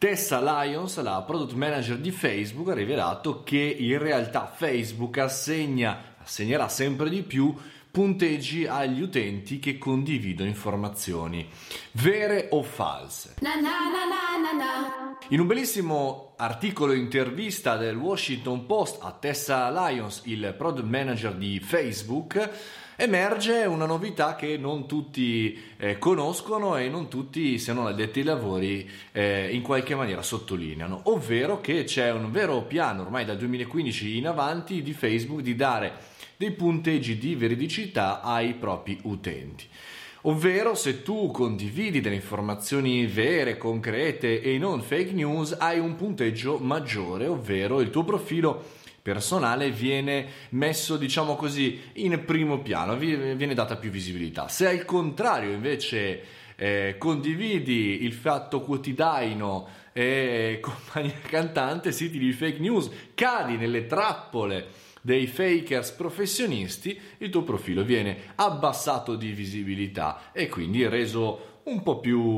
Tessa Lyons, la product manager di Facebook, ha rivelato che in realtà Facebook assegnerà sempre di più punteggi agli utenti che condividono informazioni vere o false. In un bellissimo articolo intervista del Washington Post a Tessa Lyons, il product manager di Facebook, emerge una novità che non tutti conoscono e non tutti, se non addetti ai lavori, in qualche maniera sottolineano, ovvero che c'è un vero piano ormai dal 2015 in avanti di Facebook di dare dei punteggi di veridicità ai propri utenti. Ovvero, se tu condividi delle informazioni vere, concrete e non fake news, hai un punteggio maggiore, ovvero il tuo profilo personale viene messo, diciamo così, in primo piano, viene data più visibilità. Se al contrario invece condividi il Fatto Quotidiano e compagnia cantante, siti di fake news, cadi nelle trappole dei fakers professionisti, il tuo profilo viene abbassato di visibilità e quindi reso un po' più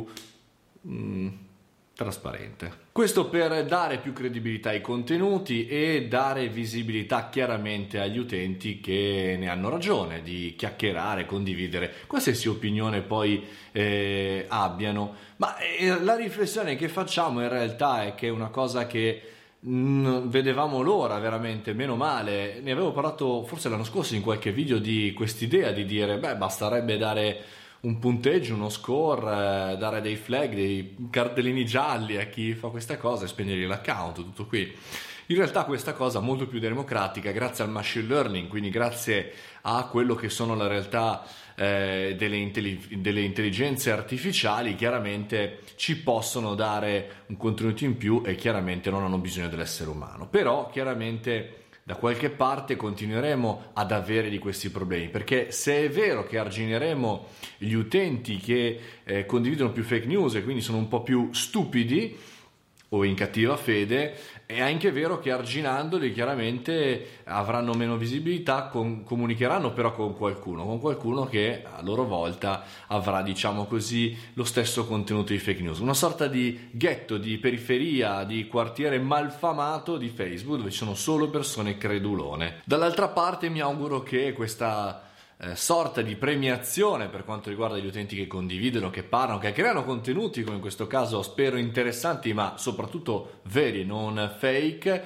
trasparente. Questo per dare più credibilità ai contenuti e dare visibilità chiaramente agli utenti che ne hanno ragione di chiacchierare, condividere qualsiasi opinione poi abbiano. Ma la riflessione che facciamo in realtà è che è una cosa che vedevamo l'ora, veramente, meno male. Ne avevo parlato forse l'anno scorso in qualche video di quest'idea di dire basterebbe dare un punteggio, uno score, dare dei flag, dei cartellini gialli a chi fa questa cosa e spegnere l'account, tutto qui. In realtà questa cosa è molto più democratica grazie al machine learning, quindi grazie a quello che sono la realtà delle intelligenze artificiali, chiaramente ci possono dare un contenuto in più e chiaramente non hanno bisogno dell'essere umano. Però chiaramente da qualche parte continueremo ad avere di questi problemi, perché se è vero che argineremo gli utenti che condividono più fake news e quindi sono un po' più stupidi o in cattiva fede, è anche vero che arginandoli chiaramente avranno meno visibilità, comunicheranno però con qualcuno che a loro volta avrà, diciamo così, lo stesso contenuto di fake news, una sorta di ghetto, di periferia, di quartiere malfamato di Facebook dove ci sono solo persone credulone. Dall'altra parte mi auguro che questa sorta di premiazione per quanto riguarda gli utenti che condividono, che parlano, che creano contenuti come in questo caso spero interessanti ma soprattutto veri e non fake,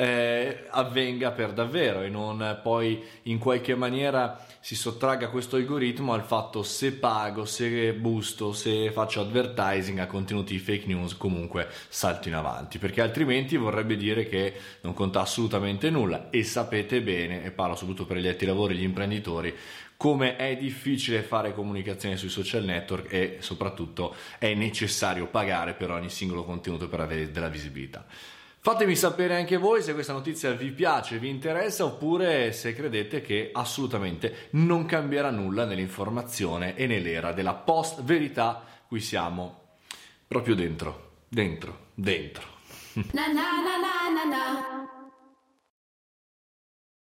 avvenga per davvero e non poi in qualche maniera si sottragga questo algoritmo al fatto se pago, se boosto, se faccio advertising a contenuti di fake news comunque salto in avanti, perché altrimenti vorrebbe dire che non conta assolutamente nulla e sapete bene, e parlo soprattutto per gli addetti ai lavori e gli imprenditori, come è difficile fare comunicazione sui social network e soprattutto è necessario pagare per ogni singolo contenuto per avere della visibilità. Fatemi sapere anche voi se questa notizia vi piace, vi interessa, oppure se credete che assolutamente non cambierà nulla nell'informazione e nell'era della post-verità cui siamo proprio dentro.